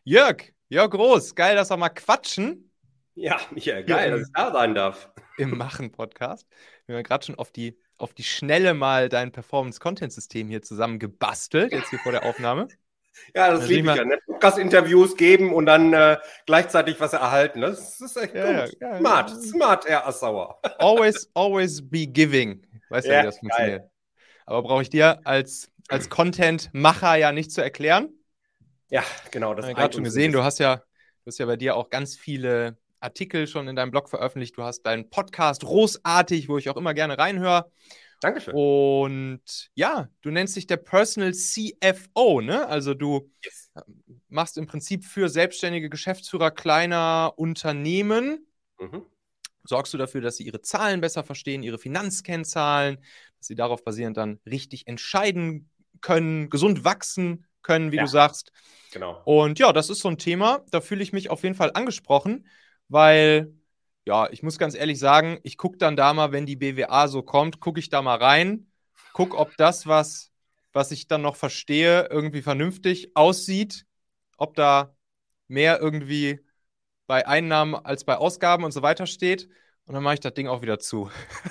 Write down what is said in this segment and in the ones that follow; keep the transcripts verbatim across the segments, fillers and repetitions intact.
Jörg, Jörg Groß, geil, dass wir mal quatschen. Ja, Michael, geil, dass ich da sein darf. Im Machen-Podcast. Wir haben ja gerade schon auf die, auf die Schnelle mal dein Performance-Content-System hier zusammen gebastelt, jetzt hier vor der Aufnahme. Ja, das Da liebe ich mal- ja. Ne? Podcast-Interviews geben und dann äh, gleichzeitig was erhalten. Das ist echt Ja, gut. ja, ja, Smart, ja. smart, Herr Assauer. Always, always be giving. Weißt ja, Ja, wie das geil. funktioniert. Aber brauche ich dir als, als Content-Macher ja nicht zu erklären. Ja, genau. Das Ich habe gerade eint schon uns gesehen, ein du hast ja, du hast ja bei dir auch ganz viele Artikel schon in deinem Blog veröffentlicht. Du hast deinen Podcast großartig, wo ich auch immer gerne reinhöre. Dankeschön. Und ja, du nennst dich der Personal C F O, ne? Also du Yes. machst im Prinzip für selbstständige Geschäftsführer kleiner Unternehmen, Mhm. sorgst du dafür, dass sie ihre Zahlen besser verstehen, ihre Finanzkennzahlen, dass sie darauf basierend dann richtig entscheiden können, gesund wachsen können, wie Ja. du sagst. Genau. Und ja, das ist so ein Thema, da fühle ich mich auf jeden Fall angesprochen, weil, ja, ich muss ganz ehrlich sagen, ich gucke dann da mal, wenn die B W A so kommt, gucke ich da mal rein, gucke, ob das, was, was ich dann noch verstehe, irgendwie vernünftig aussieht, ob da mehr irgendwie bei Einnahmen als bei Ausgaben und so weiter steht. Und dann mache ich das Ding auch wieder zu.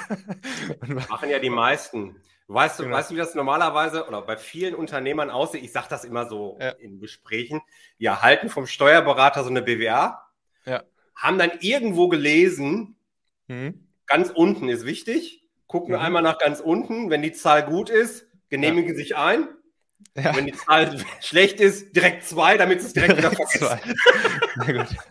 Machen ja die meisten. Weißt du, Genau. weißt du, wie das normalerweise oder bei vielen Unternehmern aussieht? Ich sage das immer so Ja. in Gesprächen. Die erhalten vom Steuerberater so eine B W A, Ja. haben dann irgendwo gelesen, Mhm. ganz unten ist wichtig, gucken Mhm. einmal nach ganz unten, wenn die Zahl gut ist, genehmigen sich ein. Ja. Wenn die Zahl schlecht ist, direkt zwei, damit sie es direkt wieder Direkt vergessen. zwei. Sehr gut.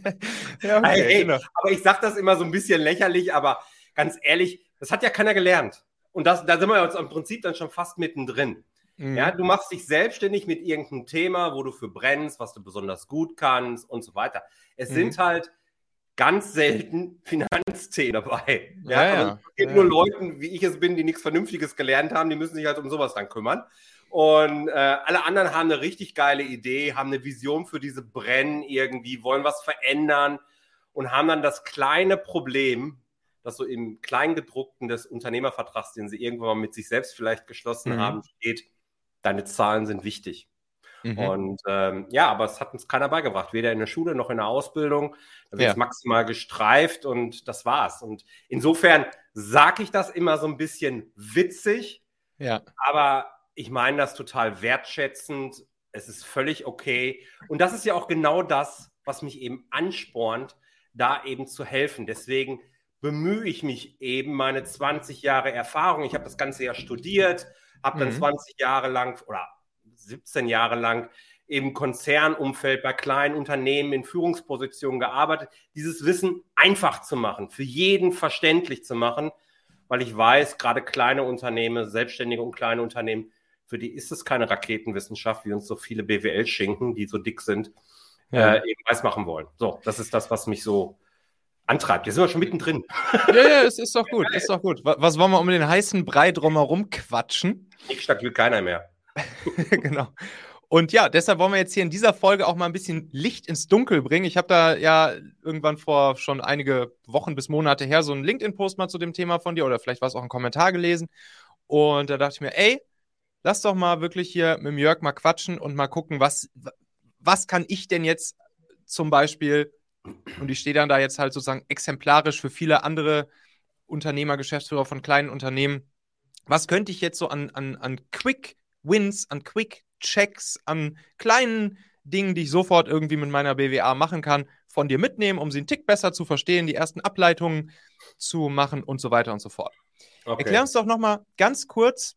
Ja, okay, Hey, hey, genau. aber ich sage das immer so ein bisschen lächerlich, aber ganz ehrlich, das hat ja keiner gelernt. Und das, da sind wir jetzt im Prinzip dann schon fast mittendrin. Mhm. Ja, du machst dich selbstständig mit irgendeinem Thema, wo du für brennst, was du besonders gut kannst und so weiter. Es Mhm. sind halt ganz selten Finanzthemen dabei. Ja, ja. Also es gibt Ja, nur ja. Leuten, wie ich es bin, die nichts Vernünftiges gelernt haben, die müssen sich halt um sowas dann kümmern. Und äh, alle anderen haben eine richtig geile Idee, haben eine Vision für diese Brennen irgendwie, wollen was verändern und haben dann das kleine Problem, das so im Kleingedruckten des Unternehmervertrags, den sie irgendwann mal mit sich selbst vielleicht geschlossen Mhm. haben, steht, deine Zahlen sind wichtig. Mhm. Und ähm, ja, aber es hat uns keiner beigebracht, weder in der Schule noch in der Ausbildung. Da wird Ja. es maximal gestreift und das war's. Und insofern sage ich das immer so ein bisschen witzig, Ja. aber ich meine das total wertschätzend. Es ist völlig okay. Und das ist ja auch genau das, was mich eben anspornt, da eben zu helfen. Deswegen bemühe ich mich eben meine zwanzig Jahre Erfahrung. Ich habe das Ganze ja studiert, habe dann Mhm. zwanzig Jahre lang oder siebzehn Jahre lang im Konzernumfeld bei kleinen Unternehmen in Führungspositionen gearbeitet, dieses Wissen einfach zu machen, für jeden verständlich zu machen, weil ich weiß, gerade kleine Unternehmen, selbstständige und kleine Unternehmen, für die ist es keine Raketenwissenschaft, wie uns so viele B W L-Schinken, die so dick sind, Ja. äh, eben weiß machen wollen. So, das ist das, was mich so antreibt. Jetzt sind wir schon mittendrin. Ja, ja, es ist doch gut, ist doch gut. Wa- Was wollen wir um den heißen Brei drumherum quatschen? Nickstadt will keiner mehr. Genau. Und ja, deshalb wollen wir jetzt hier in dieser Folge auch mal ein bisschen Licht ins Dunkel bringen. Ich habe da ja irgendwann vor schon einige Wochen bis Monate her so einen LinkedIn-Post mal zu dem Thema von dir oder vielleicht war es auch ein Kommentar gelesen. Und da dachte ich mir, ey, lass doch mal wirklich hier mit dem Jörg mal quatschen und mal gucken, was, was kann ich denn jetzt zum Beispiel, und ich stehe dann da jetzt halt sozusagen exemplarisch für viele andere Unternehmer, Geschäftsführer von kleinen Unternehmen, was könnte ich jetzt so an, an, an Quick Wins, an Quick Checks, an kleinen Dingen, die ich sofort irgendwie mit meiner B W A machen kann, von dir mitnehmen, um sie einen Tick besser zu verstehen, die ersten Ableitungen zu machen und so weiter und so fort. Okay. Erklär uns doch nochmal ganz kurz,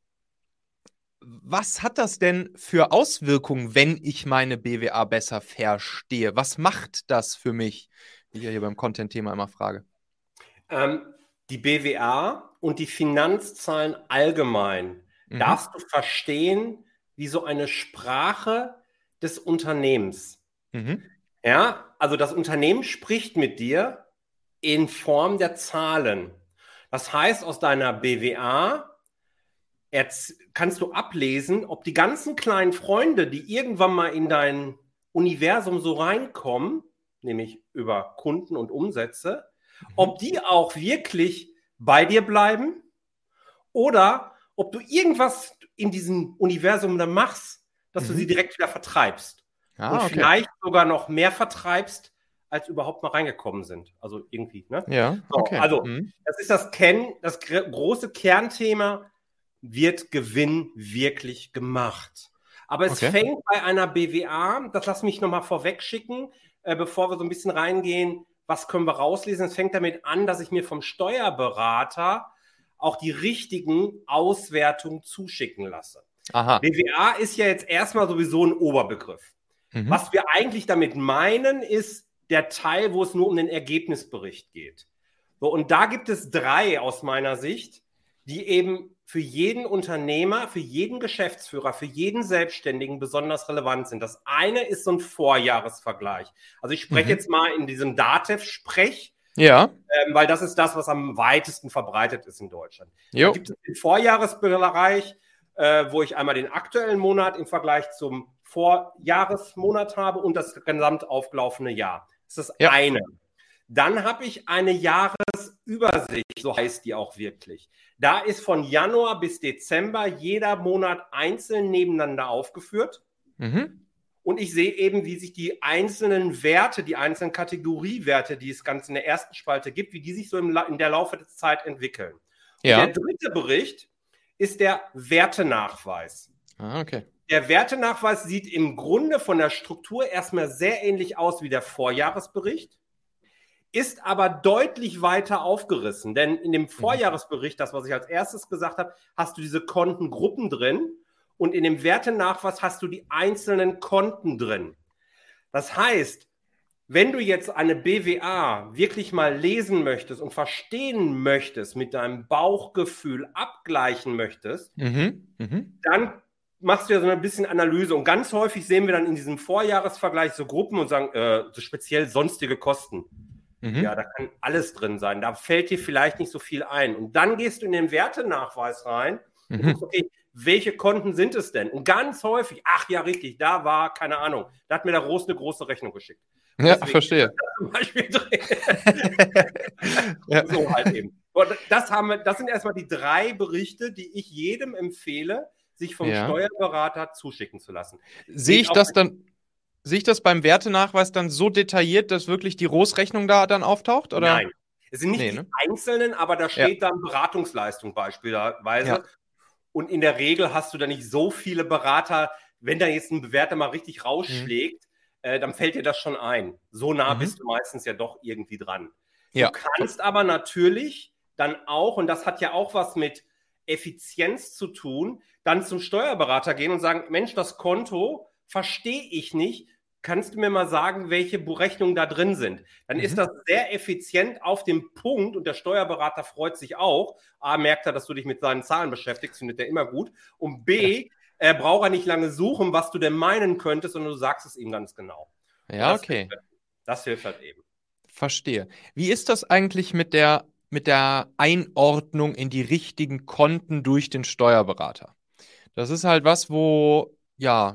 was hat das denn für Auswirkungen, wenn ich meine B W A besser verstehe? Was macht das für mich? Wie ich ja hier beim Content-Thema immer frage. Ähm, die B W A und die Finanzzahlen allgemein Mhm. darfst du verstehen wie so eine Sprache des Unternehmens. Mhm. Ja, also das Unternehmen spricht mit dir in Form der Zahlen. Das heißt, aus deiner B W A erz- kannst du ablesen, ob die ganzen kleinen Freunde, die irgendwann mal in dein Universum so reinkommen, nämlich über Kunden und Umsätze, ob die auch wirklich bei dir bleiben oder ob du irgendwas in diesem Universum dann machst, dass du Mhm. sie direkt wieder vertreibst. Ah, und okay. vielleicht sogar noch mehr vertreibst, als überhaupt mal reingekommen sind. Also irgendwie, ne? Ja, so, okay. Also, mhm. das ist das Kern, das große Kernthema, wird Gewinn wirklich gemacht? Aber es Okay. fängt bei einer B W A, das lass mich nochmal vorweg schicken, äh, bevor wir so ein bisschen reingehen, was können wir rauslesen? Es fängt damit an, dass ich mir vom Steuerberater auch die richtigen Auswertungen zuschicken lasse. Aha. B W A ist ja jetzt erstmal sowieso ein Oberbegriff. Mhm. Was wir eigentlich damit meinen, ist der Teil, wo es nur um den Ergebnisbericht geht. So, und da gibt es drei aus meiner Sicht, die eben für jeden Unternehmer, für jeden Geschäftsführer, für jeden Selbstständigen besonders relevant sind. Das eine ist so ein Vorjahresvergleich. Also ich spreche Mhm. jetzt mal in diesem DATEV-Sprech, Ja. ähm, weil das ist das, was am weitesten verbreitet ist in Deutschland. Jo. Da gibt es den Vorjahresbereich, äh, wo ich einmal den aktuellen Monat im Vergleich zum Vorjahresmonat habe und das gesamt aufgelaufene Jahr. Das ist das Ja. eine. Dann habe ich eine Jahresübersicht, so heißt die auch wirklich. Da ist von Januar bis Dezember jeder Monat einzeln nebeneinander aufgeführt. Mhm. Und ich sehe eben, wie sich die einzelnen Werte, die einzelnen Kategoriewerte, die es ganz in der ersten Spalte gibt, wie die sich so im La- in der Laufe der Zeit entwickeln. Ja. Und der dritte Bericht ist der Wertenachweis. Ah, okay. Der Wertenachweis sieht im Grunde von der Struktur erstmal sehr ähnlich aus wie der Vorjahresbericht, ist aber deutlich weiter aufgerissen. Denn in dem Vorjahresbericht, das, was ich als erstes gesagt habe, hast du diese Kontengruppen drin und in dem Wertenachweis hast du die einzelnen Konten drin. Das heißt, wenn du jetzt eine B W A wirklich mal lesen möchtest und verstehen möchtest, mit deinem Bauchgefühl abgleichen möchtest, Mhm. Mhm. dann machst du ja so ein bisschen Analyse. Und ganz häufig sehen wir dann in diesem Vorjahresvergleich so Gruppen und sagen, äh, so speziell sonstige Kosten. Mhm. Ja, da kann alles drin sein. Da fällt dir vielleicht nicht so viel ein. Und dann gehst du in den Wertenachweis rein und Mhm. guckst, okay, welche Konten sind es denn? Und ganz häufig, ach ja, richtig, da war, keine Ahnung, da hat mir der Rost eine große Rechnung geschickt. Und Ja, deswegen verstehe. ist das zum Beispiel drin. Ja. So halt eben. Und das, haben wir, das sind erstmal die drei Berichte, die ich jedem empfehle, sich vom Ja. Steuerberater zuschicken zu lassen. Sehe ich auch- das dann, sehe ich das beim Wertenachweis dann so detailliert, dass wirklich die Rohsrechnung da dann auftaucht? Oder? Nein. Es sind nicht Nee, die ne? einzelnen, aber da steht dann Beratungsleistung beispielsweise. Ja. Und in der Regel hast du da nicht so viele Berater. Wenn da jetzt ein Bewerter mal richtig rausschlägt, äh, dann fällt dir das schon ein. So nah Mhm. bist du meistens ja doch irgendwie dran. Ja. Du kannst aber natürlich dann auch, und das hat ja auch was mit Effizienz zu tun, dann zum Steuerberater gehen und sagen, Mensch, das Konto verstehe ich nicht. Kannst du mir mal sagen, welche Berechnungen da drin sind? Dann Mhm. ist das sehr effizient auf dem Punkt und der Steuerberater freut sich auch. A, merkt er, dass du dich mit seinen Zahlen beschäftigst, findet er immer gut. Und B, äh, braucht er nicht lange suchen, was du denn meinen könntest, sondern du sagst es ihm ganz genau. Ja, das okay. Hilft, das hilft halt eben. Verstehe. Wie ist das eigentlich mit der, mit der Einordnung in die richtigen Konten durch den Steuerberater? Das ist halt was, wo, ja,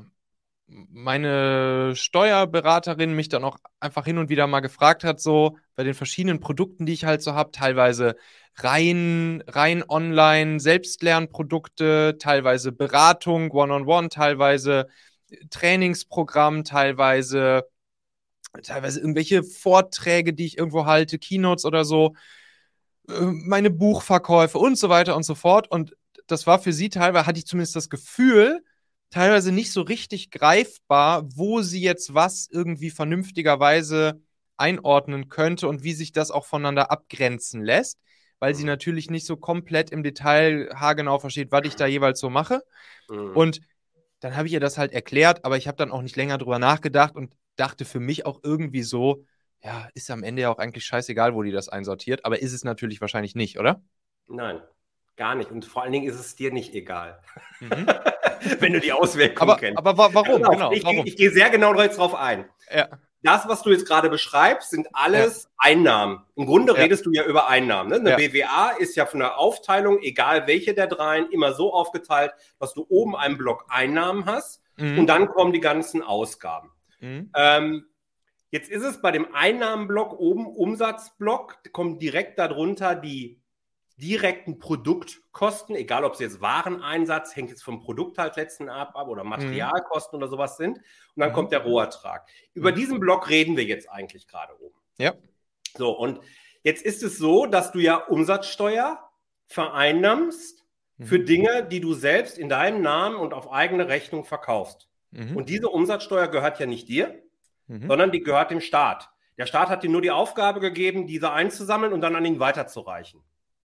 meine Steuerberaterin mich dann auch einfach hin und wieder mal gefragt hat, so bei den verschiedenen Produkten, die ich halt so habe, teilweise rein, rein online Selbstlernprodukte, teilweise Beratung, One-on-One, teilweise Trainingsprogramm, teilweise, teilweise irgendwelche Vorträge, die ich irgendwo halte, Keynotes oder so, äh, meine Buchverkäufe und so weiter und so fort. Und das war für sie teilweise, hatte ich zumindest das Gefühl, teilweise nicht so richtig greifbar, wo sie jetzt was irgendwie vernünftigerweise einordnen könnte und wie sich das auch voneinander abgrenzen lässt, weil sie Mhm. natürlich nicht so komplett im Detail haargenau versteht, was ich da jeweils so mache. Mhm. Und dann habe ich ihr das halt erklärt, aber ich habe dann auch nicht länger drüber nachgedacht und dachte für mich auch irgendwie so, ja, ist am Ende ja auch eigentlich scheißegal, wo die das einsortiert, aber ist es natürlich wahrscheinlich nicht, oder? Nein, gar nicht. Und vor allen Dingen ist es dir nicht egal. Mhm. Wenn du die Auswirkungen Aber, kennst. aber wa warum? Pass auf, Genau, ich, warum? ich, ich gehe sehr genau jetzt drauf ein. Ja. Das, was du jetzt gerade beschreibst, sind alles Einnahmen. Im Grunde Ja. redest du ja über Einnahmen. Ne? Eine Ja. B W A ist ja von der Aufteilung, egal welche der dreien, immer so aufgeteilt, dass du oben einen Block Einnahmen hast Mhm. und dann kommen die ganzen Ausgaben. Mhm. Ähm, jetzt ist es bei dem Einnahmenblock oben, Umsatzblock, kommen direkt darunter die direkten Produktkosten, egal ob es jetzt Wareneinsatz, hängt jetzt vom Produkt halt letzten ab, ab oder Materialkosten mhm. oder sowas sind. Und dann mhm. kommt der Rohertrag. Über mhm. diesen Block reden wir jetzt eigentlich gerade oben. Ja. So, und jetzt ist es so, dass du ja Umsatzsteuer vereinnahmst mhm. für Dinge, die du selbst in deinem Namen und auf eigene Rechnung verkaufst. Mhm. Und diese Umsatzsteuer gehört ja nicht dir, mhm. sondern die gehört dem Staat. Der Staat hat dir nur die Aufgabe gegeben, diese einzusammeln und dann an ihn weiterzureichen.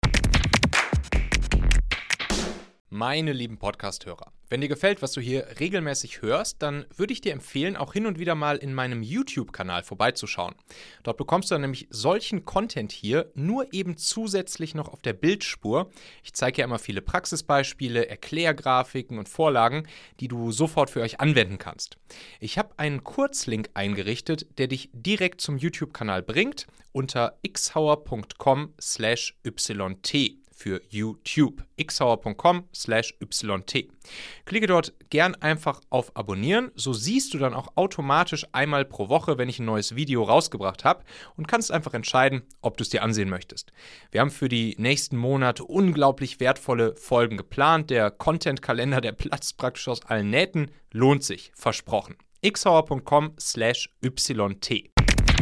Meine lieben Podcast-Hörer, wenn dir gefällt, was du hier regelmäßig hörst, dann würde ich dir empfehlen, auch hin und wieder mal in meinem YouTube-Kanal vorbeizuschauen. Dort bekommst du dann nämlich solchen Content hier nur eben zusätzlich noch auf der Bildspur. Ich zeige ja immer viele Praxisbeispiele, Erklärgrafiken und Vorlagen, die du sofort für euch anwenden kannst. Ich habe einen Kurzlink eingerichtet, der dich direkt zum YouTube-Kanal bringt unter xhauer punkt com slash yt. Für YouTube. xhauer punkt com slash yt. Klicke dort gern einfach auf Abonnieren, so siehst du dann auch automatisch einmal pro Woche, wenn ich ein neues Video rausgebracht habe und kannst einfach entscheiden, ob du es dir ansehen möchtest. Wir haben für die nächsten Monate unglaublich wertvolle Folgen geplant. Der Content-Kalender, der platzt praktisch aus allen Nähten, lohnt sich, versprochen. xhauer punkt com slash yt.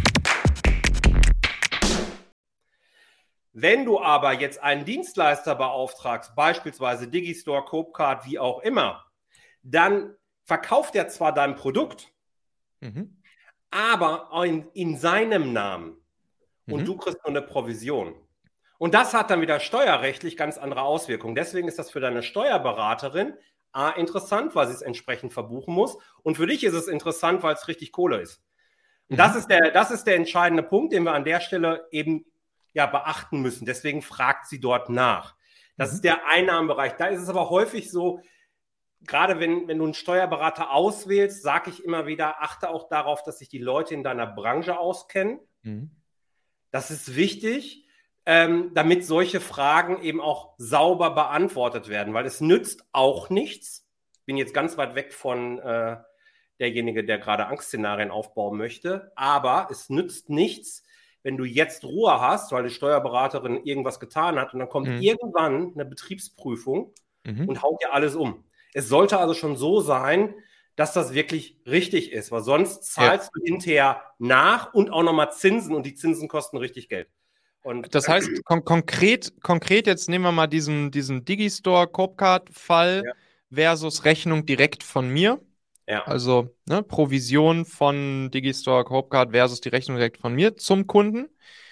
Wenn du aber jetzt einen Dienstleister beauftragst, beispielsweise Digistore, Copecard, wie auch immer, dann verkauft er zwar dein Produkt, mhm. aber in, in seinem Namen. Und mhm. du kriegst nur eine Provision. Und das hat dann wieder steuerrechtlich ganz andere Auswirkungen. Deswegen ist das für deine Steuerberaterin A, interessant, weil sie es entsprechend verbuchen muss. Und für dich ist es interessant, weil es richtig Kohle ist. Und mhm. das ist der, das ist der entscheidende Punkt, den wir an der Stelle eben ja, beachten müssen. Deswegen fragt sie dort nach. Das mhm. ist der Einnahmenbereich. Da ist es aber häufig so, gerade wenn, wenn du einen Steuerberater auswählst, sage ich immer wieder, achte auch darauf, dass sich die Leute in deiner Branche auskennen. Mhm. Das ist wichtig, ähm, damit solche Fragen eben auch sauber beantwortet werden, weil es nützt auch nichts. Ich bin jetzt ganz weit weg von äh, derjenige, der gerade Angstszenarien aufbauen möchte, aber es nützt nichts, wenn du jetzt Ruhe hast, weil die Steuerberaterin irgendwas getan hat und dann kommt mhm. irgendwann eine Betriebsprüfung mhm. und haut dir alles um. Es sollte also schon so sein, dass das wirklich richtig ist, weil sonst zahlst ja. du hinterher nach und auch nochmal Zinsen und die Zinsen kosten richtig Geld. Und das heißt, kon- konkret, konkret, jetzt nehmen wir mal diesen, diesen Digistore Copecard-Fall ja. versus Rechnung direkt von mir. Ja. Also ne, Provision von Digistore Copecard versus die Rechnung direkt von mir zum Kunden.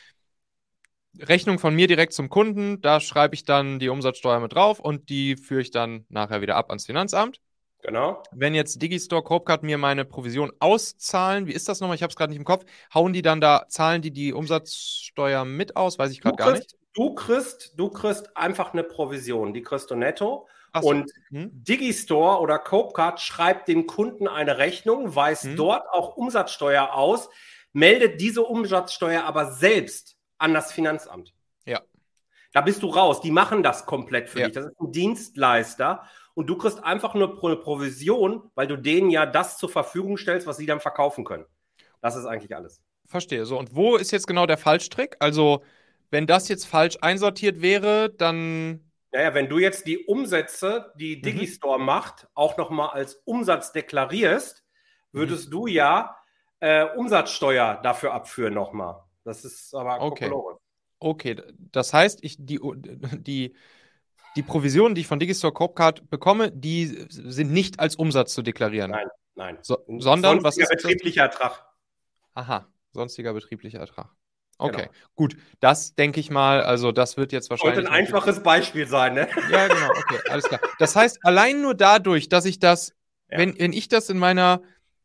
Rechnung von mir direkt zum Kunden, da schreibe ich dann die Umsatzsteuer mit drauf und die führe ich dann nachher wieder ab ans Finanzamt. Genau. Wenn jetzt Digistore Copecard mir meine Provision auszahlen, wie ist das nochmal? Ich habe es gerade nicht im Kopf. Hauen die dann da, zahlen die die Umsatzsteuer mit aus? Weiß ich gerade gar nicht. Du kriegst, du kriegst einfach eine Provision, die kriegst du netto. So. Und hm. Digistore oder Copecard schreibt dem Kunden eine Rechnung, weist hm. dort auch Umsatzsteuer aus, meldet diese Umsatzsteuer aber selbst an das Finanzamt. Ja. Da bist du raus. Die machen das komplett für ja. dich. Das ist ein Dienstleister. Und du kriegst einfach nur eine Provision, weil du denen ja das zur Verfügung stellst, was sie dann verkaufen können. Das ist eigentlich alles. Verstehe. So, und wo ist jetzt genau der Fallstrick? Also, wenn das jetzt falsch einsortiert wäre, dann... Naja, wenn du jetzt die Umsätze, die Digistore mhm. macht, auch nochmal als Umsatz deklarierst, würdest mhm. du ja äh, Umsatzsteuer dafür abführen nochmal. Das ist aber okay. Okay, das heißt, ich die, die, die Provisionen, die ich von Digistore Copecard bekomme, die sind nicht als Umsatz zu deklarieren. Nein, nein. So, sondern was ist betrieblicher Ertrag. Aha, sonstiger betrieblicher Ertrag. Okay, genau. Gut. Das denke ich mal, also das wird jetzt wahrscheinlich... Sollte ein einfaches Beispiel sein, ne? Ja, genau, okay, alles klar. Das heißt, allein nur dadurch, dass ich das, ja. wenn, wenn ich das in meiner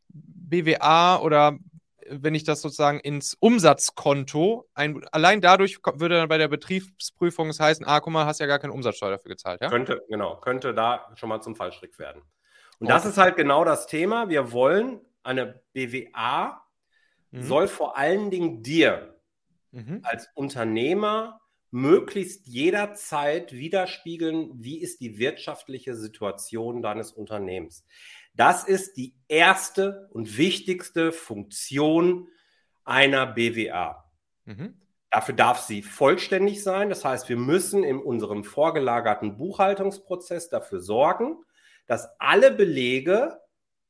B W A oder wenn ich das sozusagen ins Umsatzkonto, ein, allein dadurch würde dann bei der Betriebsprüfung es heißen, ah, guck mal, hast ja gar keine Umsatzsteuer dafür gezahlt, ja? Könnte, genau, könnte da schon mal zum Fallstrick werden. Und okay. das ist halt genau das Thema. Wir wollen, eine B W A mhm. soll vor allen Dingen dir mhm. als Unternehmer möglichst jederzeit widerspiegeln, wie ist die wirtschaftliche Situation deines Unternehmens. Das ist die erste und wichtigste Funktion einer B W A. Mhm. Dafür darf sie vollständig sein. Das heißt, wir müssen in unserem vorgelagerten Buchhaltungsprozess dafür sorgen, dass alle Belege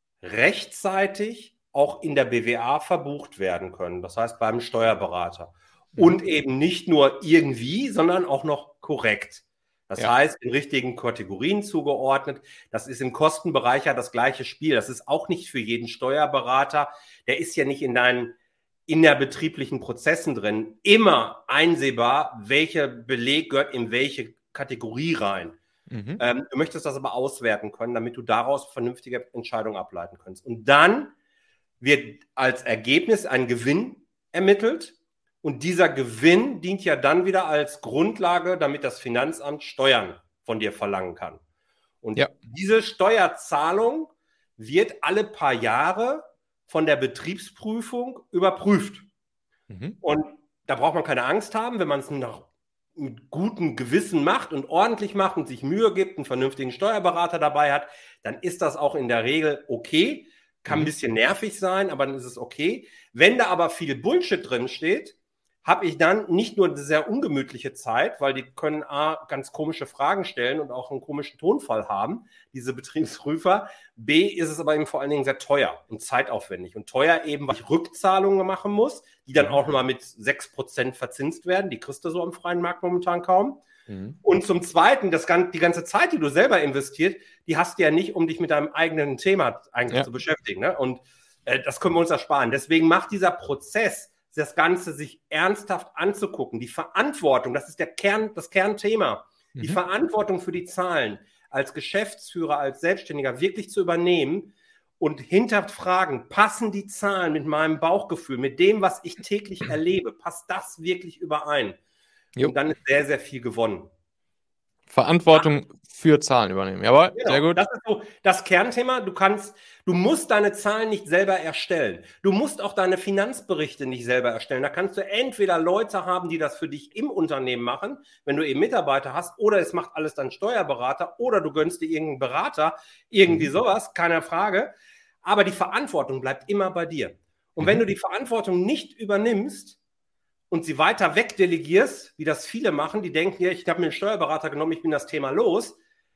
rechtzeitig auch in der B W A verbucht werden können. Das heißt, beim Steuerberater. Und eben nicht nur irgendwie, sondern auch noch korrekt. Das ja. heißt, in richtigen Kategorien zugeordnet. Das ist im Kostenbereich ja das gleiche Spiel. Das ist auch nicht für jeden Steuerberater. Der ist ja nicht in deinen innerbetrieblichen Prozessen drin. Immer einsehbar, welcher Beleg gehört in welche Kategorie rein. Mhm. Ähm, du möchtest das aber auswerten können, damit du daraus vernünftige Entscheidungen ableiten kannst. Und dann wird als Ergebnis ein Gewinn ermittelt. Und dieser Gewinn dient ja dann wieder als Grundlage, damit das Finanzamt Steuern von dir verlangen kann. Und ja. diese Steuerzahlung wird alle paar Jahre von der Betriebsprüfung überprüft. Mhm. Und da braucht man keine Angst haben, wenn man es nach, mit gutem Gewissen macht und ordentlich macht und sich Mühe gibt, einen vernünftigen Steuerberater dabei hat, dann ist das auch in der Regel okay. Kann mhm. ein bisschen nervig sein, aber dann ist es okay. Wenn da aber viel Bullshit drin steht, habe ich dann nicht nur eine sehr ungemütliche Zeit, weil die können A, ganz komische Fragen stellen und auch einen komischen Tonfall haben, diese Betriebsprüfer. B, ist es aber eben vor allen Dingen sehr teuer und zeitaufwendig. Und teuer eben, weil ich Rückzahlungen machen muss, die dann auch nochmal mit sechs Prozent verzinst werden. Die kriegst du so am freien Markt momentan kaum. Mhm. Und zum Zweiten, das, die ganze Zeit, die du selber investiert, die hast du ja nicht, um dich mit deinem eigenen Thema eigentlich ja. zu beschäftigen. Ne? Und äh, das können wir uns ersparen. Deswegen macht dieser Prozess, das Ganze sich ernsthaft anzugucken, die Verantwortung, das ist der Kern, das Kernthema, mhm. die Verantwortung für die Zahlen als Geschäftsführer, als Selbstständiger wirklich zu übernehmen und hinterfragen, passen die Zahlen mit meinem Bauchgefühl, mit dem, was ich täglich erlebe, passt das wirklich überein? Jo. Und dann ist sehr, sehr viel gewonnen. Verantwortung ja. für Zahlen übernehmen. Jawohl, genau. Sehr gut. Das ist so das Kernthema. Du kannst, du musst deine Zahlen nicht selber erstellen. Du musst auch deine Finanzberichte nicht selber erstellen. Da kannst du entweder Leute haben, die das für dich im Unternehmen machen, wenn du eben Mitarbeiter hast, oder es macht alles dein Steuerberater, oder du gönnst dir irgendeinen Berater, irgendwie mhm. sowas, keine Frage. Aber die Verantwortung bleibt immer bei dir. Und mhm. wenn du die Verantwortung nicht übernimmst, und sie weiter wegdelegierst, wie das viele machen, die denken, ja, ich habe mir einen Steuerberater genommen, ich bin das Thema los.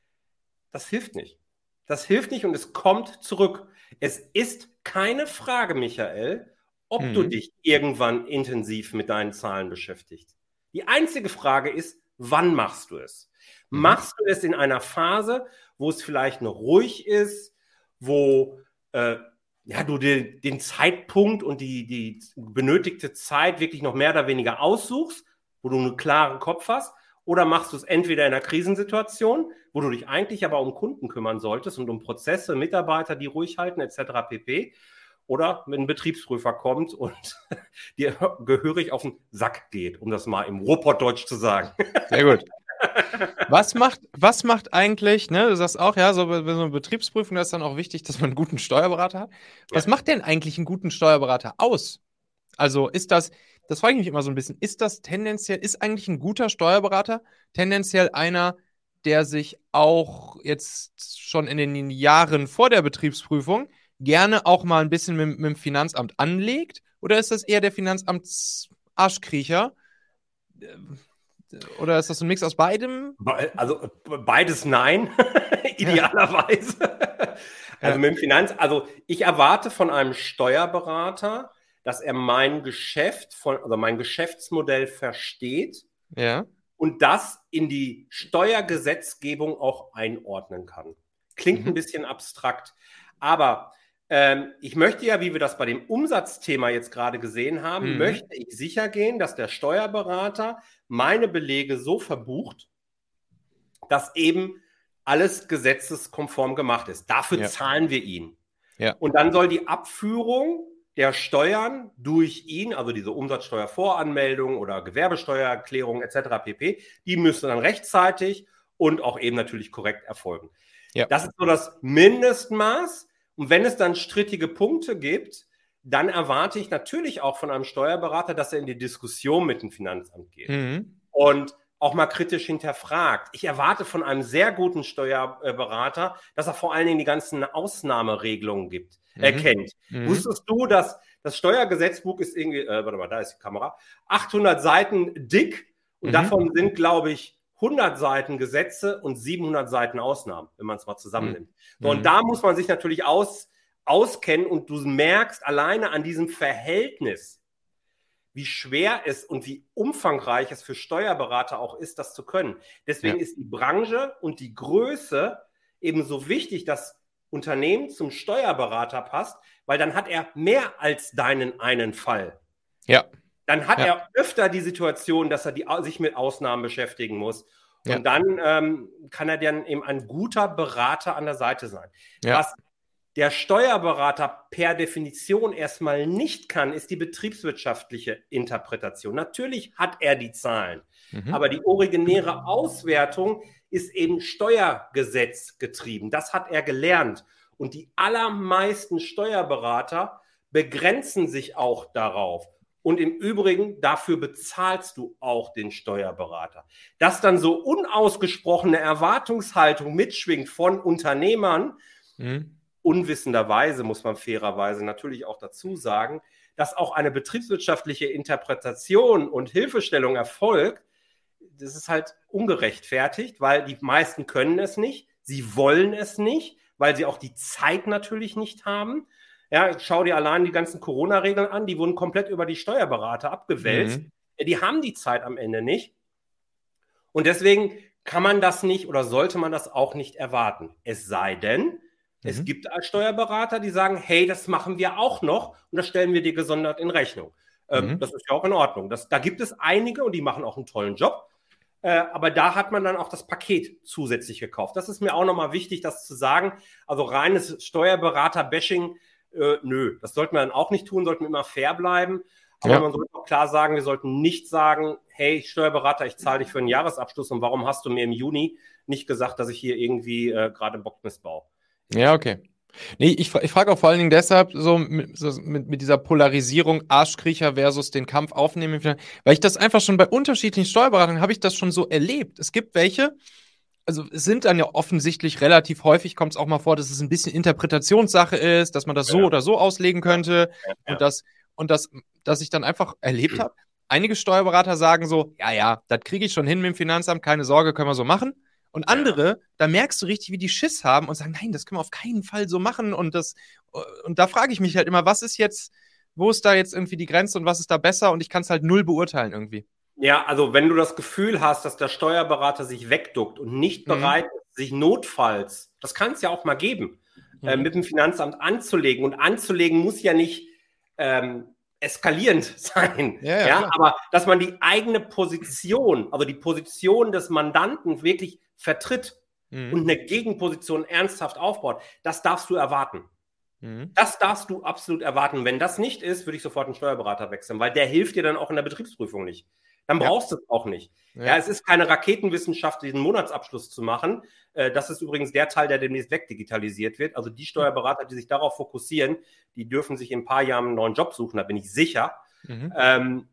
Das hilft nicht. Das hilft nicht und es kommt zurück. Es ist keine Frage, Michael, ob mhm. du dich irgendwann intensiv mit deinen Zahlen beschäftigst. Die einzige Frage ist, wann machst du es? Mhm. Machst du es in einer Phase, wo es vielleicht noch ruhig ist, wo äh, ja, du den, den Zeitpunkt und die, die benötigte Zeit wirklich noch mehr oder weniger aussuchst, wo du einen klaren Kopf hast, oder machst du es entweder in einer Krisensituation, wo du dich eigentlich aber um Kunden kümmern solltest und um Prozesse, Mitarbeiter, die ruhig halten, et cetera pp., oder wenn ein Betriebsprüfer kommt und dir gehörig auf den Sack geht, um das mal im Ruhrpottdeutsch zu sagen. Sehr gut. Was macht, was macht eigentlich, ne, du sagst auch, ja, so bei so einer Betriebsprüfung, da ist dann auch wichtig, dass man einen guten Steuerberater hat. Was ja. macht denn eigentlich einen guten Steuerberater aus? Also ist das, das frage ich mich immer so ein bisschen, ist das tendenziell, ist eigentlich ein guter Steuerberater tendenziell einer, der sich auch jetzt schon in den Jahren vor der Betriebsprüfung gerne auch mal ein bisschen mit, mit dem Finanzamt anlegt? Oder ist das eher der Finanzamts-Arschkriecher? Oder ist das ein Mix aus beidem? Also beides nein, idealerweise. Ja. Also mit dem Finanz, also ich erwarte von einem Steuerberater, dass er mein Geschäft, von, also mein Geschäftsmodell versteht ja. und das in die Steuergesetzgebung auch einordnen kann. Klingt mhm. ein bisschen abstrakt, aber ähm, ich möchte ja, wie wir das bei dem Umsatzthema jetzt gerade gesehen haben, mhm. möchte ich sicher gehen, dass der Steuerberater meine Belege so verbucht, dass eben alles gesetzeskonform gemacht ist. Dafür ja. zahlen wir ihn. Ja. Und dann soll die Abführung der Steuern durch ihn, also diese Umsatzsteuervoranmeldung oder Gewerbesteuererklärung et cetera pp., die müssen dann rechtzeitig und auch eben natürlich korrekt erfolgen. Ja. Das ist so das Mindestmaß. Und wenn es dann strittige Punkte gibt, dann erwarte ich natürlich auch von einem Steuerberater, dass er in die Diskussion mit dem Finanzamt geht mhm. und auch mal kritisch hinterfragt. Ich erwarte von einem sehr guten Steuerberater, dass er vor allen Dingen die ganzen Ausnahmeregelungen gibt. mhm. erkennt. Mhm. Wusstest du, dass das Steuergesetzbuch ist irgendwie, äh, warte mal, da ist die Kamera, achthundert Seiten dick und mhm. davon sind, glaube ich, hundert Seiten Gesetze und siebenhundert Seiten Ausnahmen, wenn man es mal zusammennimmt. Mhm. So, und da muss man sich natürlich aus, auskennen und du merkst alleine an diesem Verhältnis, wie schwer es und wie umfangreich es für Steuerberater auch ist, das zu können. Deswegen ja. ist die Branche und die Größe eben so wichtig, dass Unternehmen zum Steuerberater passt, weil dann hat er mehr als deinen einen Fall. Ja. Dann hat ja. er öfter die Situation, dass er die, sich mit Ausnahmen beschäftigen muss. Und ja. dann ähm, kann er dann eben ein guter Berater an der Seite sein. Ja. Was der Steuerberater per Definition erstmal nicht kann, ist die betriebswirtschaftliche Interpretation. Natürlich hat er die Zahlen, mhm. aber die originäre Auswertung ist eben steuergesetzgetrieben. Das hat er gelernt. Und die allermeisten Steuerberater begrenzen sich auch darauf. Und im Übrigen, dafür bezahlst du auch den Steuerberater. Dass dann so unausgesprochene Erwartungshaltung mitschwingt von Unternehmern, mhm. unwissenderweise, muss man fairerweise natürlich auch dazu sagen, dass auch eine betriebswirtschaftliche Interpretation und Hilfestellung erfolgt, das ist halt ungerechtfertigt, weil die meisten können es nicht, sie wollen es nicht, weil sie auch die Zeit natürlich nicht haben. Ja, schau dir allein die ganzen Corona-Regeln an, die wurden komplett über die Steuerberater abgewälzt. Mhm. Die haben die Zeit am Ende nicht. Und deswegen kann man das nicht oder sollte man das auch nicht erwarten. Es sei denn, mhm. es gibt als Steuerberater, die sagen, hey, das machen wir auch noch und das stellen wir dir gesondert in Rechnung. Ähm, mhm. Das ist ja auch in Ordnung. Das, da gibt es einige und die machen auch einen tollen Job. Äh, aber da hat man dann auch das Paket zusätzlich gekauft. Das ist mir auch nochmal wichtig, das zu sagen. Also reines Steuerberater-Bashing, Äh, nö, das sollten wir dann auch nicht tun, sollten wir immer fair bleiben. Aber ja. man sollte auch klar sagen, wir sollten nicht sagen, hey, Steuerberater, ich zahle dich für einen Jahresabschluss und warum hast du mir im Juni nicht gesagt, dass ich hier irgendwie äh, gerade Bockmist baue? Ja, okay. Nee, ich, ich frage auch vor allen Dingen deshalb so mit, so mit, mit dieser Polarisierung Arschkriecher versus den Kampf aufnehmen, weil ich das einfach schon bei unterschiedlichen Steuerberatern habe ich das schon so erlebt. Es gibt welche, also es sind dann ja offensichtlich relativ häufig, kommt es auch mal vor, dass es ein bisschen Interpretationssache ist, dass man das so ja. oder so auslegen könnte ja, ja. und das und das, dass ich dann einfach erlebt habe, einige Steuerberater sagen so, ja, ja, das kriege ich schon hin mit dem Finanzamt, keine Sorge, können wir so machen. Und andere, ja. da merkst du richtig, wie die Schiss haben und sagen, nein, das können wir auf keinen Fall so machen. Und das und da frage ich mich halt immer, was ist jetzt, wo ist da jetzt irgendwie die Grenze und was ist da besser? Und ich kann es halt null beurteilen irgendwie. Ja, also wenn du das Gefühl hast, dass der Steuerberater sich wegduckt und nicht bereit ist, mhm. sich notfalls, das kann es ja auch mal geben, mhm. äh, mit dem Finanzamt anzulegen. Und anzulegen muss ja nicht ähm, eskalierend sein. Ja, ja, ja? Aber dass man die eigene Position, also die Position des Mandanten wirklich vertritt mhm. und eine Gegenposition ernsthaft aufbaut, das darfst du erwarten. Mhm. Das darfst du absolut erwarten. Wenn das nicht ist, würde ich sofort einen Steuerberater wechseln, weil der hilft dir dann auch in der Betriebsprüfung nicht. Dann brauchst ja. du es auch nicht. Ja. ja, es ist keine Raketenwissenschaft, diesen Monatsabschluss zu machen. Äh, das ist übrigens der Teil, der demnächst wegdigitalisiert wird. Also die Steuerberater, die sich darauf fokussieren, die dürfen sich in ein paar Jahren einen neuen Job suchen, da bin ich sicher. Mhm. Ähm,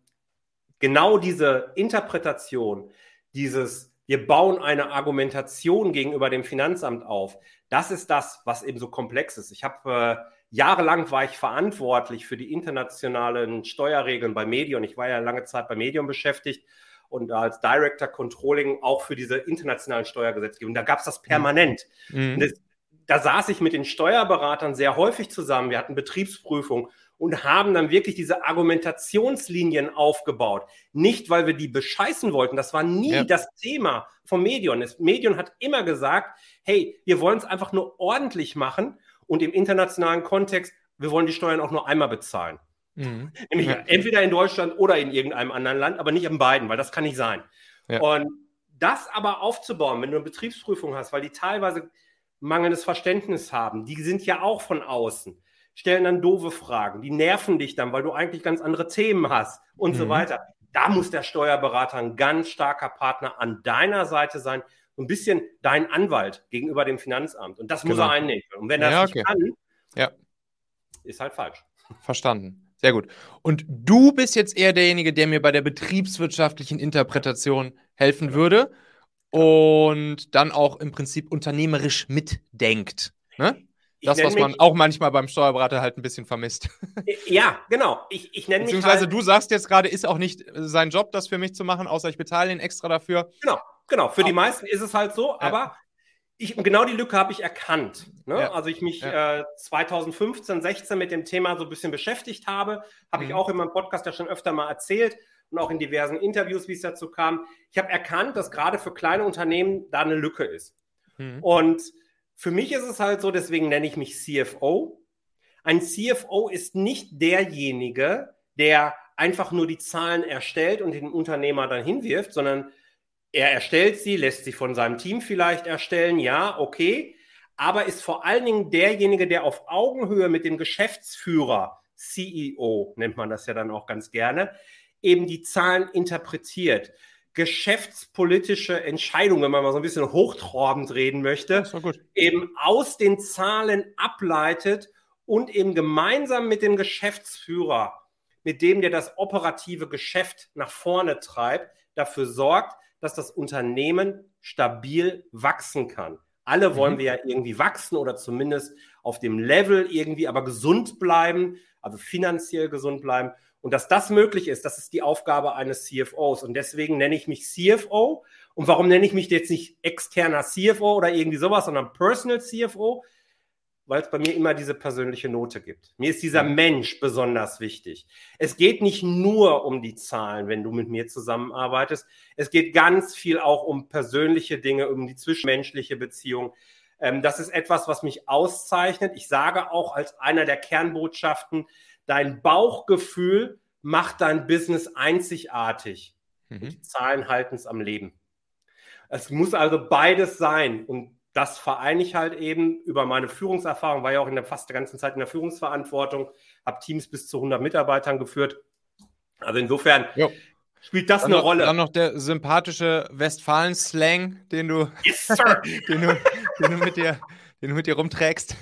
genau diese Interpretation, dieses, wir bauen eine Argumentation gegenüber dem Finanzamt auf, das ist das, was eben so komplex ist. Ich habe äh, Jahrelang war ich verantwortlich für die internationalen Steuerregeln bei Medion. Ich war ja lange Zeit bei Medion beschäftigt und als Director Controlling auch für diese internationalen Steuergesetzgebung. Da gab es das permanent. Mhm. Das, da saß ich mit den Steuerberatern sehr häufig zusammen. Wir hatten Betriebsprüfung und haben dann wirklich diese Argumentationslinien aufgebaut. Nicht, weil wir die bescheißen wollten. Das war nie ja. das Thema von Medion. Das Medion hat immer gesagt, hey, wir wollen es einfach nur ordentlich machen. Und im internationalen Kontext, wir wollen die Steuern auch nur einmal bezahlen. Mhm. Nämlich ja. entweder in Deutschland oder in irgendeinem anderen Land, aber nicht in beiden, weil das kann nicht sein. Ja. Und das aber aufzubauen, wenn du eine Betriebsprüfung hast, weil die teilweise mangelndes Verständnis haben, die sind ja auch von außen, stellen dann doofe Fragen, die nerven dich dann, weil du eigentlich ganz andere Themen hast und mhm. so weiter. Da muss der Steuerberater ein ganz starker Partner an deiner Seite sein, so ein bisschen dein Anwalt gegenüber dem Finanzamt. Und das muss genau. er einnehmen. Und wenn er das ja, okay. nicht kann, ja. ist halt falsch. Verstanden. Sehr gut. Und du bist jetzt eher derjenige, der mir bei der betriebswirtschaftlichen Interpretation helfen genau. würde und dann auch im Prinzip unternehmerisch mitdenkt. Ne? Das, was man mich, auch manchmal beim Steuerberater halt ein bisschen vermisst. Ja, genau. Ich, ich nenne mich Beziehungsweise halt, du sagst jetzt gerade, ist auch nicht sein Job, das für mich zu machen, außer ich bezahle ihn extra dafür. Genau, genau. Für ah. die meisten ist es halt so, ja. aber ich, genau die Lücke habe ich erkannt. Ne? Ja. Also ich mich ja. äh, zwanzig fünfzehn, sechzehn mit dem Thema so ein bisschen beschäftigt habe, habe mhm. ich auch in meinem Podcast ja schon öfter mal erzählt und auch in diversen Interviews, wie es dazu kam. Ich habe erkannt, dass gerade für kleine Unternehmen da eine Lücke ist. Mhm. Und für mich ist es halt so, deswegen nenne ich mich C F O. Ein C F O ist nicht derjenige, der einfach nur die Zahlen erstellt und den Unternehmer dann hinwirft, sondern er erstellt sie, lässt sie von seinem Team vielleicht erstellen, ja, okay, aber ist vor allen Dingen derjenige, der auf Augenhöhe mit dem Geschäftsführer, C E O nennt man das ja dann auch ganz gerne, eben die Zahlen interpretiert. Geschäftspolitische Entscheidungen, wenn man mal so ein bisschen hochtrabend reden möchte, eben aus den Zahlen ableitet und eben gemeinsam mit dem Geschäftsführer, mit dem der das operative Geschäft nach vorne treibt, dafür sorgt, dass das Unternehmen stabil wachsen kann. Alle wollen mhm. wir ja irgendwie wachsen oder zumindest auf dem Level irgendwie aber gesund bleiben, also finanziell gesund bleiben. Und dass das möglich ist, das ist die Aufgabe eines C F Os. Und deswegen nenne ich mich C F O. Und warum nenne ich mich jetzt nicht externer C F O oder irgendwie sowas, sondern Personal C F O? Weil es bei mir immer diese persönliche Note gibt. Mir ist dieser Mensch besonders wichtig. Es geht nicht nur um die Zahlen, wenn du mit mir zusammenarbeitest. Es geht ganz viel auch um persönliche Dinge, um die zwischenmenschliche Beziehung. Ähm, das ist etwas, was mich auszeichnet. Ich sage auch als einer der Kernbotschaften, dein Bauchgefühl macht dein Business einzigartig. Mhm. Und die Zahlen halten es am Leben. Es muss also beides sein. Und das vereine ich halt eben über meine Führungserfahrung, war ja auch in der fast der ganzen Zeit in der Führungsverantwortung, habe Teams bis zu hundert Mitarbeitern geführt. Also insofern jo. spielt das dann eine noch, Rolle. Dann noch der sympathische Westfalen-Slang, den du, yes, sir. den du, den du mit dir, den du mit dir rumträgst.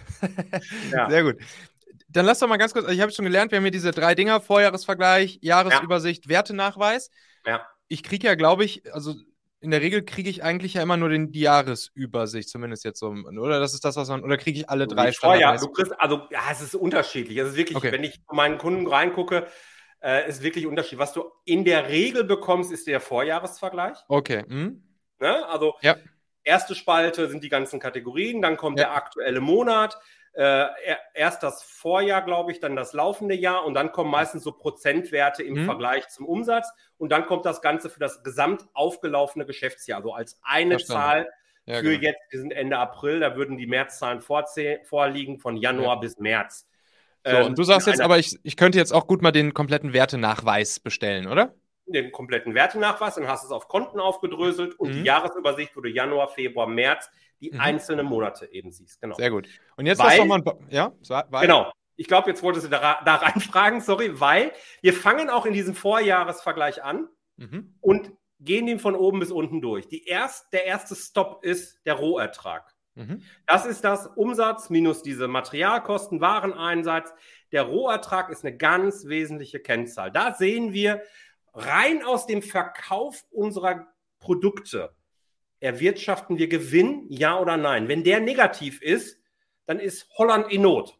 Ja. Sehr gut. Dann lass doch mal ganz kurz, also ich habe schon gelernt, wir haben hier diese drei Dinger, Vorjahresvergleich, Jahresübersicht, ja. Wertenachweis. Ja. Ich kriege ja, glaube ich, also in der Regel kriege ich eigentlich ja immer nur den, die Jahresübersicht, zumindest jetzt so, oder das ist das, was man, oder kriege ich alle drei Vorjahr, du kriegst, also ja, es ist unterschiedlich. Es ist wirklich, okay. wenn ich von meinen Kunden reingucke, äh, ist wirklich unterschiedlich. Was du in der Regel bekommst, ist der Vorjahresvergleich. Okay. Hm. Ne? Also ja. erste Spalte sind die ganzen Kategorien, dann kommt ja. der aktuelle Monat, äh, erst das Vorjahr, glaube ich, dann das laufende Jahr und dann kommen meistens so Prozentwerte im hm. Vergleich zum Umsatz und dann kommt das Ganze für das gesamt aufgelaufene Geschäftsjahr, also als eine Verstanden. Zahl ja, für genau. jetzt, wir sind Ende April, da würden die Märzzahlen vorliegen von Januar ja. bis März. So, ähm, und du sagst jetzt aber, ich, ich könnte jetzt auch gut mal den kompletten Wertenachweis bestellen, oder? Den kompletten Wertenachweis, dann hast du es auf Konten aufgedröselt und mhm. die Jahresübersicht, wo du Januar, Februar, März die mhm. einzelnen Monate eben siehst. Genau. Sehr gut. Und jetzt weil, lass doch mal ein ja, weil, genau. Ich glaube, jetzt wolltest du da, da reinfragen, sorry, weil wir fangen auch in diesem Vorjahresvergleich an mhm. und gehen den von oben bis unten durch. Die erst, der erste Stop ist der Rohertrag. Mhm. Das ist das Umsatz minus diese Materialkosten, Wareneinsatz. Der Rohertrag ist eine ganz wesentliche Kennzahl. Da sehen wir rein aus dem Verkauf unserer Produkte, erwirtschaften wir Gewinn, ja oder nein? Wenn der negativ ist, dann ist Holland in Not.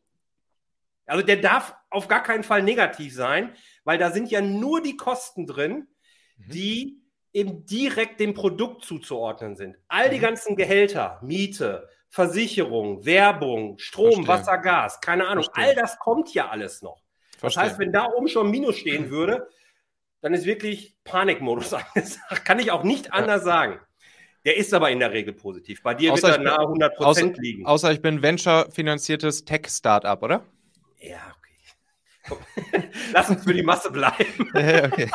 Also der darf auf gar keinen Fall negativ sein, weil da sind ja nur die Kosten drin, mhm. die eben direkt dem Produkt zuzuordnen sind. All mhm. die ganzen Gehälter, Miete, Versicherung, Werbung, Strom, Verstehen. Wasser, Gas, keine Ahnung, Verstehen. All das kommt ja alles noch. Verstehen. Das heißt, wenn da oben schon Minus stehen würde, dann ist wirklich Panikmodus angesagt. Kann ich auch nicht anders ja. sagen. Der ist aber in der Regel positiv. Bei dir außer wird er nahe hundert Prozent außer, liegen. Außer ich bin Venture-finanziertes Tech-Startup, oder? Ja, okay. Lass uns für die Masse bleiben. Okay.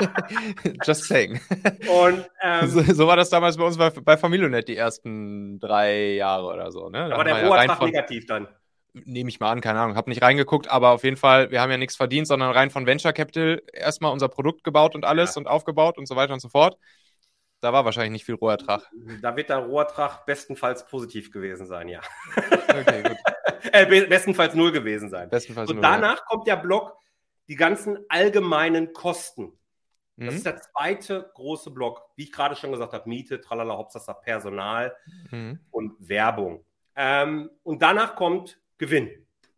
Just saying. Und, ähm, so, so war das damals bei uns bei, bei Familionet die ersten drei Jahre oder so. Ne? Da war der Rohertrag ja negativ dann. Nehme ich mal an, keine Ahnung, habe nicht reingeguckt, aber auf jeden Fall, wir haben ja nichts verdient, sondern rein von Venture Capital erstmal unser Produkt gebaut und alles ja. und aufgebaut und so weiter und so fort. Da war wahrscheinlich nicht viel Rohertrag. Da wird der Rohertrag bestenfalls positiv gewesen sein, ja. Okay, gut. äh, be- bestenfalls null gewesen sein. Bestenfalls und null, danach ja. kommt der Block, die ganzen allgemeinen Kosten. Das mhm. ist der zweite große Block. Wie ich gerade schon gesagt habe, Miete, tralala, Hauptsache Personal mhm. und Werbung. Ähm, und danach kommt Gewinn.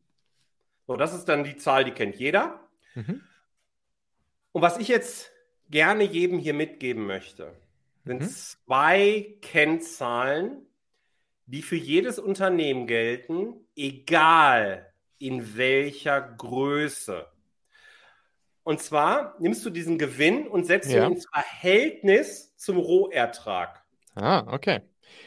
So, das ist dann die Zahl, die kennt jeder. Mhm. Und was ich jetzt gerne jedem hier mitgeben möchte, sind Mhm. zwei Kennzahlen, die für jedes Unternehmen gelten, egal in welcher Größe. Und zwar nimmst du diesen Gewinn und setzt Ja. ihn ins Verhältnis zum Rohertrag. Ah, okay.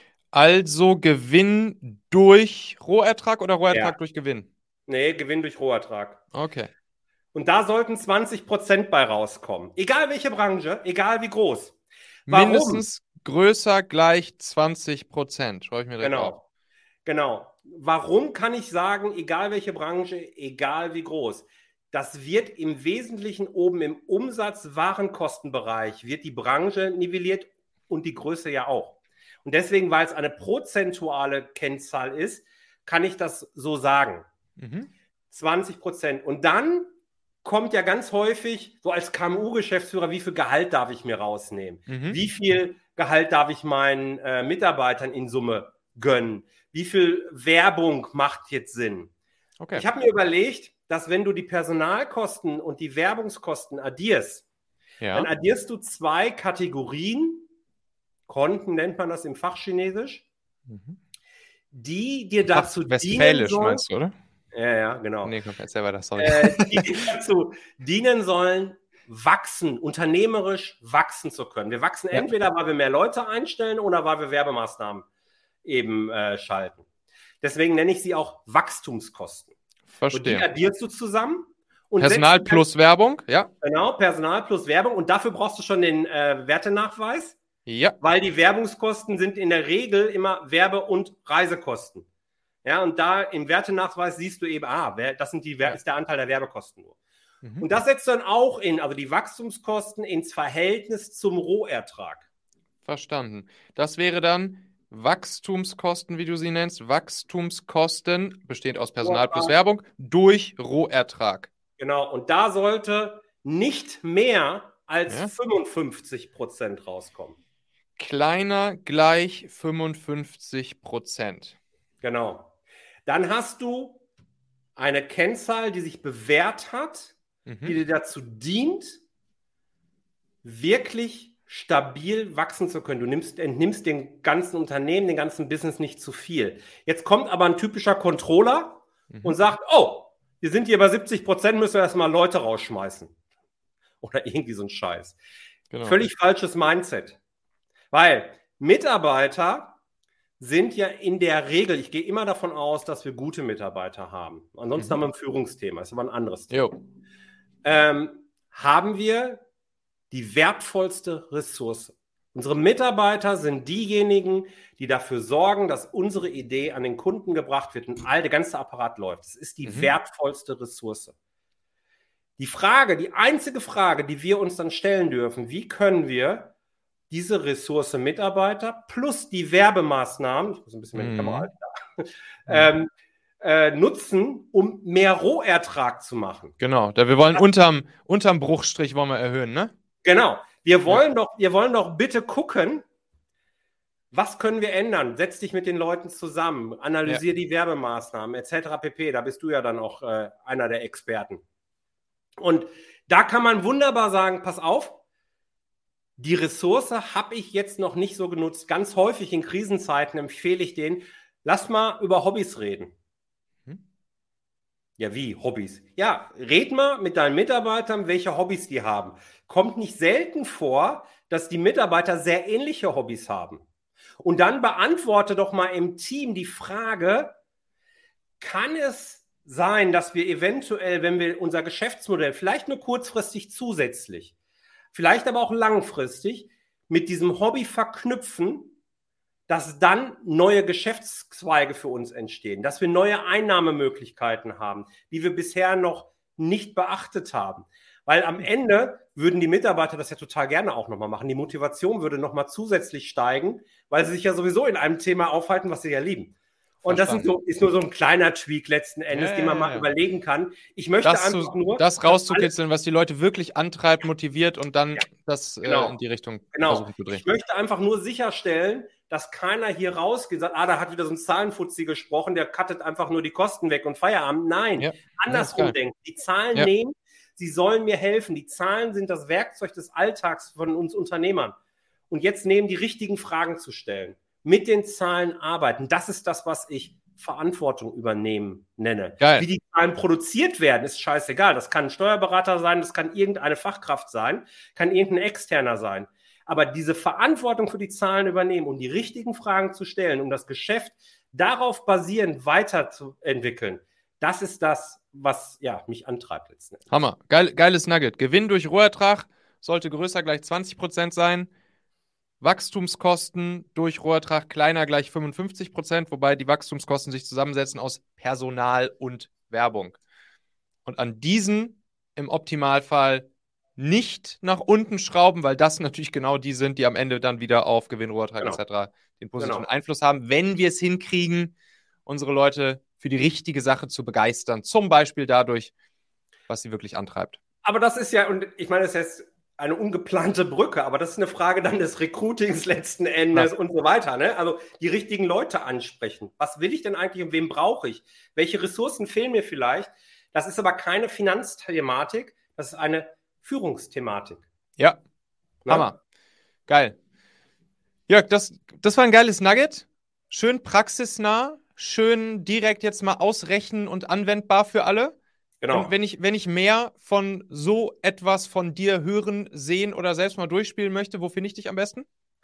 Also Gewinn durch Rohertrag oder Rohertrag Ja. durch Gewinn? Nee, Gewinn durch Rohertrag. Okay. Und da sollten zwanzig Prozent bei rauskommen. Egal welche Branche, egal wie groß. Warum? Mindestens größer gleich zwanzig Prozent. Schreibe ich mir direkt auf. Genau. Genau. Warum kann ich sagen, egal welche Branche, egal wie groß? Das wird im Wesentlichen oben im Umsatz-Warenkostenbereich, wird die Branche nivelliert und die Größe ja auch. Und deswegen, weil es eine prozentuale Kennzahl ist, kann ich das so sagen. Mhm. zwanzig Prozent. Und dann kommt ja ganz häufig, so als K M U-Geschäftsführer, wie viel Gehalt darf ich mir rausnehmen? Mhm. Wie viel Gehalt darf ich meinen äh, Mitarbeitern in Summe gönnen? Wie viel Werbung macht jetzt Sinn? Okay. Ich habe mir überlegt, dass wenn du die Personalkosten und die Werbungskosten addierst, Ja. dann addierst du zwei Kategorien, Konten nennt man das im Fachchinesisch, Mhm. die dir dazu dienen Westfälisch sollen. meinst du, oder? Ja, ja, genau. Nee, komm, erzähl weiter, sorry. Äh, die dir dazu dienen sollen, wachsen, unternehmerisch wachsen zu können. Wir wachsen Ja. entweder, weil wir mehr Leute einstellen oder weil wir Werbemaßnahmen eben äh, schalten. Deswegen nenne ich sie auch Wachstumskosten. Und die Verstehe. addierst du zusammen. Und Personal setzt- plus Werbung, ja. Genau, Personal plus Werbung. Und dafür brauchst du schon den äh, Wertenachweis, Ja. weil die Werbungskosten sind in der Regel immer Werbe- und Reisekosten. Ja, und da im Wertenachweis siehst du eben, ah, wer- das sind die, wer- Ja. ist der Anteil der Werbekosten nur. Mhm. Und das setzt dann auch in, also die Wachstumskosten ins Verhältnis zum Rohertrag. Verstanden. Das wäre dann Wachstumskosten, wie du sie nennst. Wachstumskosten, bestehend aus Personal plus Rohertrag. Werbung, durch Rohertrag. Genau, und da sollte nicht mehr als Ja. fünfundfünfzig Prozent rauskommen. Kleiner gleich fünfundfünfzig Prozent. Genau. Dann hast du eine Kennzahl, die sich bewährt hat, die Mhm. dir dazu dient, wirklich stabil wachsen zu können. Du nimmst, entnimmst den ganzen Unternehmen, den ganzen Business nicht zu viel. Jetzt kommt aber ein typischer Controller Mhm. und sagt, oh, wir sind hier bei siebzig Prozent, müssen wir erstmal Leute rausschmeißen. Oder irgendwie so ein Scheiß. Genau. Völlig falsches Mindset. Weil Mitarbeiter sind ja in der Regel, ich gehe immer davon aus, dass wir gute Mitarbeiter haben. Ansonsten Mhm. haben wir ein Führungsthema, ist aber ein anderes Thema. Jo. Ähm, haben wir die wertvollste Ressource. Unsere Mitarbeiter sind diejenigen, die dafür sorgen, dass unsere Idee an den Kunden gebracht wird und all der ganze Apparat läuft. Das ist die Mhm. wertvollste Ressource. Die Frage, die einzige Frage, die wir uns dann stellen dürfen, wie können wir diese Ressource Mitarbeiter plus die Werbemaßnahmen, ich muss ein bisschen mehr in die Mhm. Kamera halten, ähm, äh, nutzen, um mehr Rohertrag zu machen. Genau. Da wir wollen unterm, unterm Bruchstrich wollen wir erhöhen, ne? Genau. Wir wollen doch, wir wollen doch bitte gucken, was können wir ändern? Setz dich mit den Leuten zusammen, analysier die Werbemaßnahmen et cetera pp. Da bist du ja dann auch äh, einer der Experten. Und da kann man wunderbar sagen, pass auf, die Ressource habe ich jetzt noch nicht so genutzt. Ganz häufig in Krisenzeiten empfehle ich denen, lass mal über Hobbys reden. Hm? Ja, wie Hobbys? Ja, red mal mit deinen Mitarbeitern, welche Hobbys die haben. Kommt nicht selten vor, dass die Mitarbeiter sehr ähnliche Hobbys haben. Und dann beantworte doch mal im Team die Frage, kann es sein, dass wir eventuell, wenn wir unser Geschäftsmodell vielleicht nur kurzfristig zusätzlich, vielleicht aber auch langfristig mit diesem Hobby verknüpfen, dass dann neue Geschäftszweige für uns entstehen, dass wir neue Einnahmemöglichkeiten haben, die wir bisher noch nicht beachtet haben. Weil am Ende würden die Mitarbeiter das ja total gerne auch nochmal machen. Die Motivation würde nochmal zusätzlich steigen, weil sie sich ja sowieso in einem Thema aufhalten, was sie ja lieben. Und das sind so, ist nur so ein kleiner Tweak letzten Endes, Ja, den man ja, mal ja. überlegen kann. Ich möchte Das, einfach zu, nur... das rauszukitzeln, was die Leute wirklich antreibt, motiviert und dann Ja, das genau. äh, in die Richtung Genau. versuchen zu drehen. Ich möchte einfach nur sicherstellen, dass keiner hier rausgeht und sagt, ah, da hat wieder so ein Zahlenfuzzi gesprochen, der cuttet einfach nur die Kosten weg und Feierabend. Nein, ja. andersrum ja, denken. Die Zahlen ja. nehmen, sie sollen mir helfen. Die Zahlen sind das Werkzeug des Alltags von uns Unternehmern. Und jetzt nehmen, die richtigen Fragen zu stellen. Mit den Zahlen arbeiten. Das ist das, was ich Verantwortung übernehmen nenne. Geil. Wie die Zahlen produziert werden, ist scheißegal. Das kann ein Steuerberater sein, das kann irgendeine Fachkraft sein, kann irgendein Externer sein. Aber diese Verantwortung für die Zahlen übernehmen und die richtigen Fragen zu stellen, um das Geschäft darauf basierend weiterzuentwickeln, das ist das, was ja, mich antreibt letztendlich. Hammer. Geil, geiles Nugget. Gewinn durch Rohertrag sollte größer gleich zwanzig Prozent sein. Wachstumskosten durch Rohertrag kleiner gleich fünfundfünfzig Prozent, wobei die Wachstumskosten sich zusammensetzen aus Personal und Werbung. Und an diesen im Optimalfall nicht nach unten schrauben, weil das natürlich genau die sind, die am Ende dann wieder auf Gewinn, Rohertrag genau. et cetera den positiven genau. Einfluss haben, wenn wir es hinkriegen, unsere Leute für die richtige Sache zu begeistern. Zum Beispiel dadurch, was sie wirklich antreibt. Aber das ist ja, und ich meine, das ist eine ungeplante Brücke, aber das ist eine Frage dann des Recruitings letzten Endes ja. und so weiter. Ne? Also die richtigen Leute ansprechen. Was will ich denn eigentlich und wen brauche ich? Welche Ressourcen fehlen mir vielleicht? Das ist aber keine Finanzthematik, das ist eine Führungsthematik. Ja, ja? Hammer. Geil. Jörg, das, das war ein geiles Nugget. Schön praxisnah, schön direkt jetzt mal ausrechnen und anwendbar für alle. Genau. Und wenn ich, wenn ich mehr von so etwas von dir hören, sehen oder selbst mal durchspielen möchte, wo finde ich dich am besten?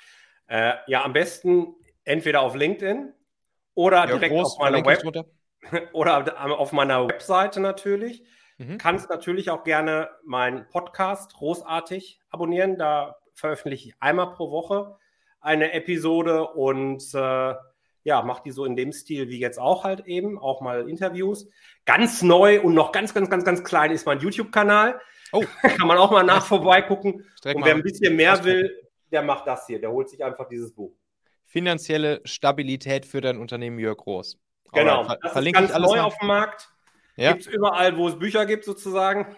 Äh, ja, am besten entweder auf LinkedIn oder ja, direkt groß, auf meiner Web oder auf meiner Webseite natürlich. Mhm. Kannst natürlich auch gerne meinen Podcast großartig abonnieren. Da veröffentliche ich einmal pro Woche eine Episode und äh, ja, mache die so in dem Stil wie jetzt auch halt eben, auch mal Interviews. Ganz neu und noch ganz, ganz, ganz, ganz klein ist mein YouTube-Kanal. Oh. Kann man auch mal nach vorbeigucken. Und wer ein bisschen mehr will, der macht das hier. Der holt sich einfach dieses Buch. Finanzielle Stabilität für dein Unternehmen, Jörg Groß. Genau, ver- das ist ganz neu auf dem Markt. Ja. Gibt es überall, wo es Bücher gibt, sozusagen.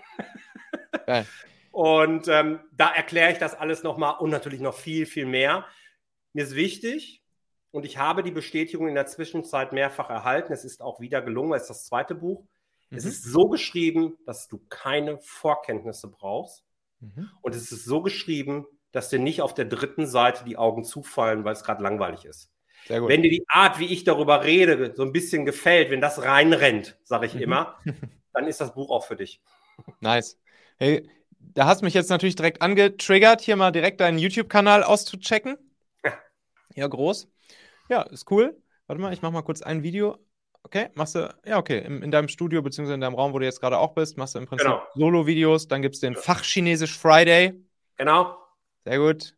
Geil. Und ähm, da erkläre ich das alles nochmal und natürlich noch viel, viel mehr. Mir ist wichtig, und ich habe die Bestätigung in der Zwischenzeit mehrfach erhalten, es ist auch wieder gelungen, es ist das zweite Buch. Mhm. Es ist so geschrieben, dass du keine Vorkenntnisse brauchst. Mhm. Und es ist so geschrieben, dass dir nicht auf der dritten Seite die Augen zufallen, weil es gerade langweilig ist. Sehr gut. Wenn dir die Art, wie ich darüber rede, so ein bisschen gefällt, wenn das reinrennt, sage ich mhm. immer, dann ist das Buch auch für dich. Nice. Hey, da hast du mich jetzt natürlich direkt angetriggert, hier mal direkt deinen YouTube-Kanal auszuchecken. Ja. Ja, groß. Ja, ist cool. Warte mal, ich mach mal kurz ein Video. Okay, machst du, ja, okay, in, in deinem Studio, beziehungsweise in deinem Raum, wo du jetzt gerade auch bist, machst du im Prinzip genau. Solo-Videos, dann gibt es den ja. Fachchinesisch Friday. Genau. Sehr gut.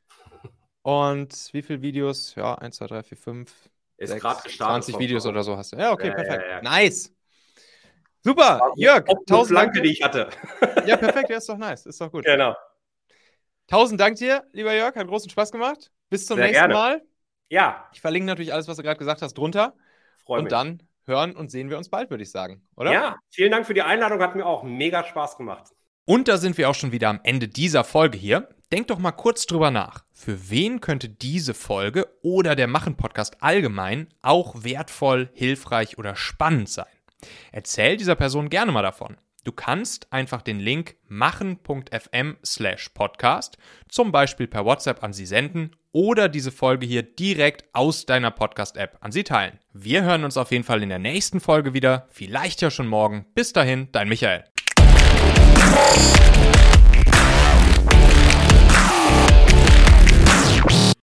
Und wie viele Videos? Ja, eins, zwei, drei, vier, fünf, ist sechs, gestartet, zwanzig Videos oder so hast du. Ja, okay, ja, perfekt. Ja, ja. Nice. Super, Jörg. Tausend Dank, die ich hatte. Ja, perfekt, ja, ist doch nice, ist doch gut. Genau. Tausend Dank dir, lieber Jörg, hat großen Spaß gemacht. Bis zum Sehr nächsten gerne. Mal. Ja. Ich verlinke natürlich alles, was du gerade gesagt hast, drunter. Freue mich. Und dann hören und sehen wir uns bald, würde ich sagen, oder? Ja, vielen Dank für die Einladung, hat mir auch mega Spaß gemacht. Und da sind wir auch schon wieder am Ende dieser Folge hier. Denk doch mal kurz drüber nach. Für wen könnte diese Folge oder der Machen-Podcast allgemein auch wertvoll, hilfreich oder spannend sein? Erzähl dieser Person gerne mal davon. Du kannst einfach den Link machen.fm slash podcast zum Beispiel per WhatsApp an sie senden oder diese Folge hier direkt aus deiner Podcast-App an sie teilen. Wir hören uns auf jeden Fall in der nächsten Folge wieder, vielleicht ja schon morgen. Bis dahin, dein Michael.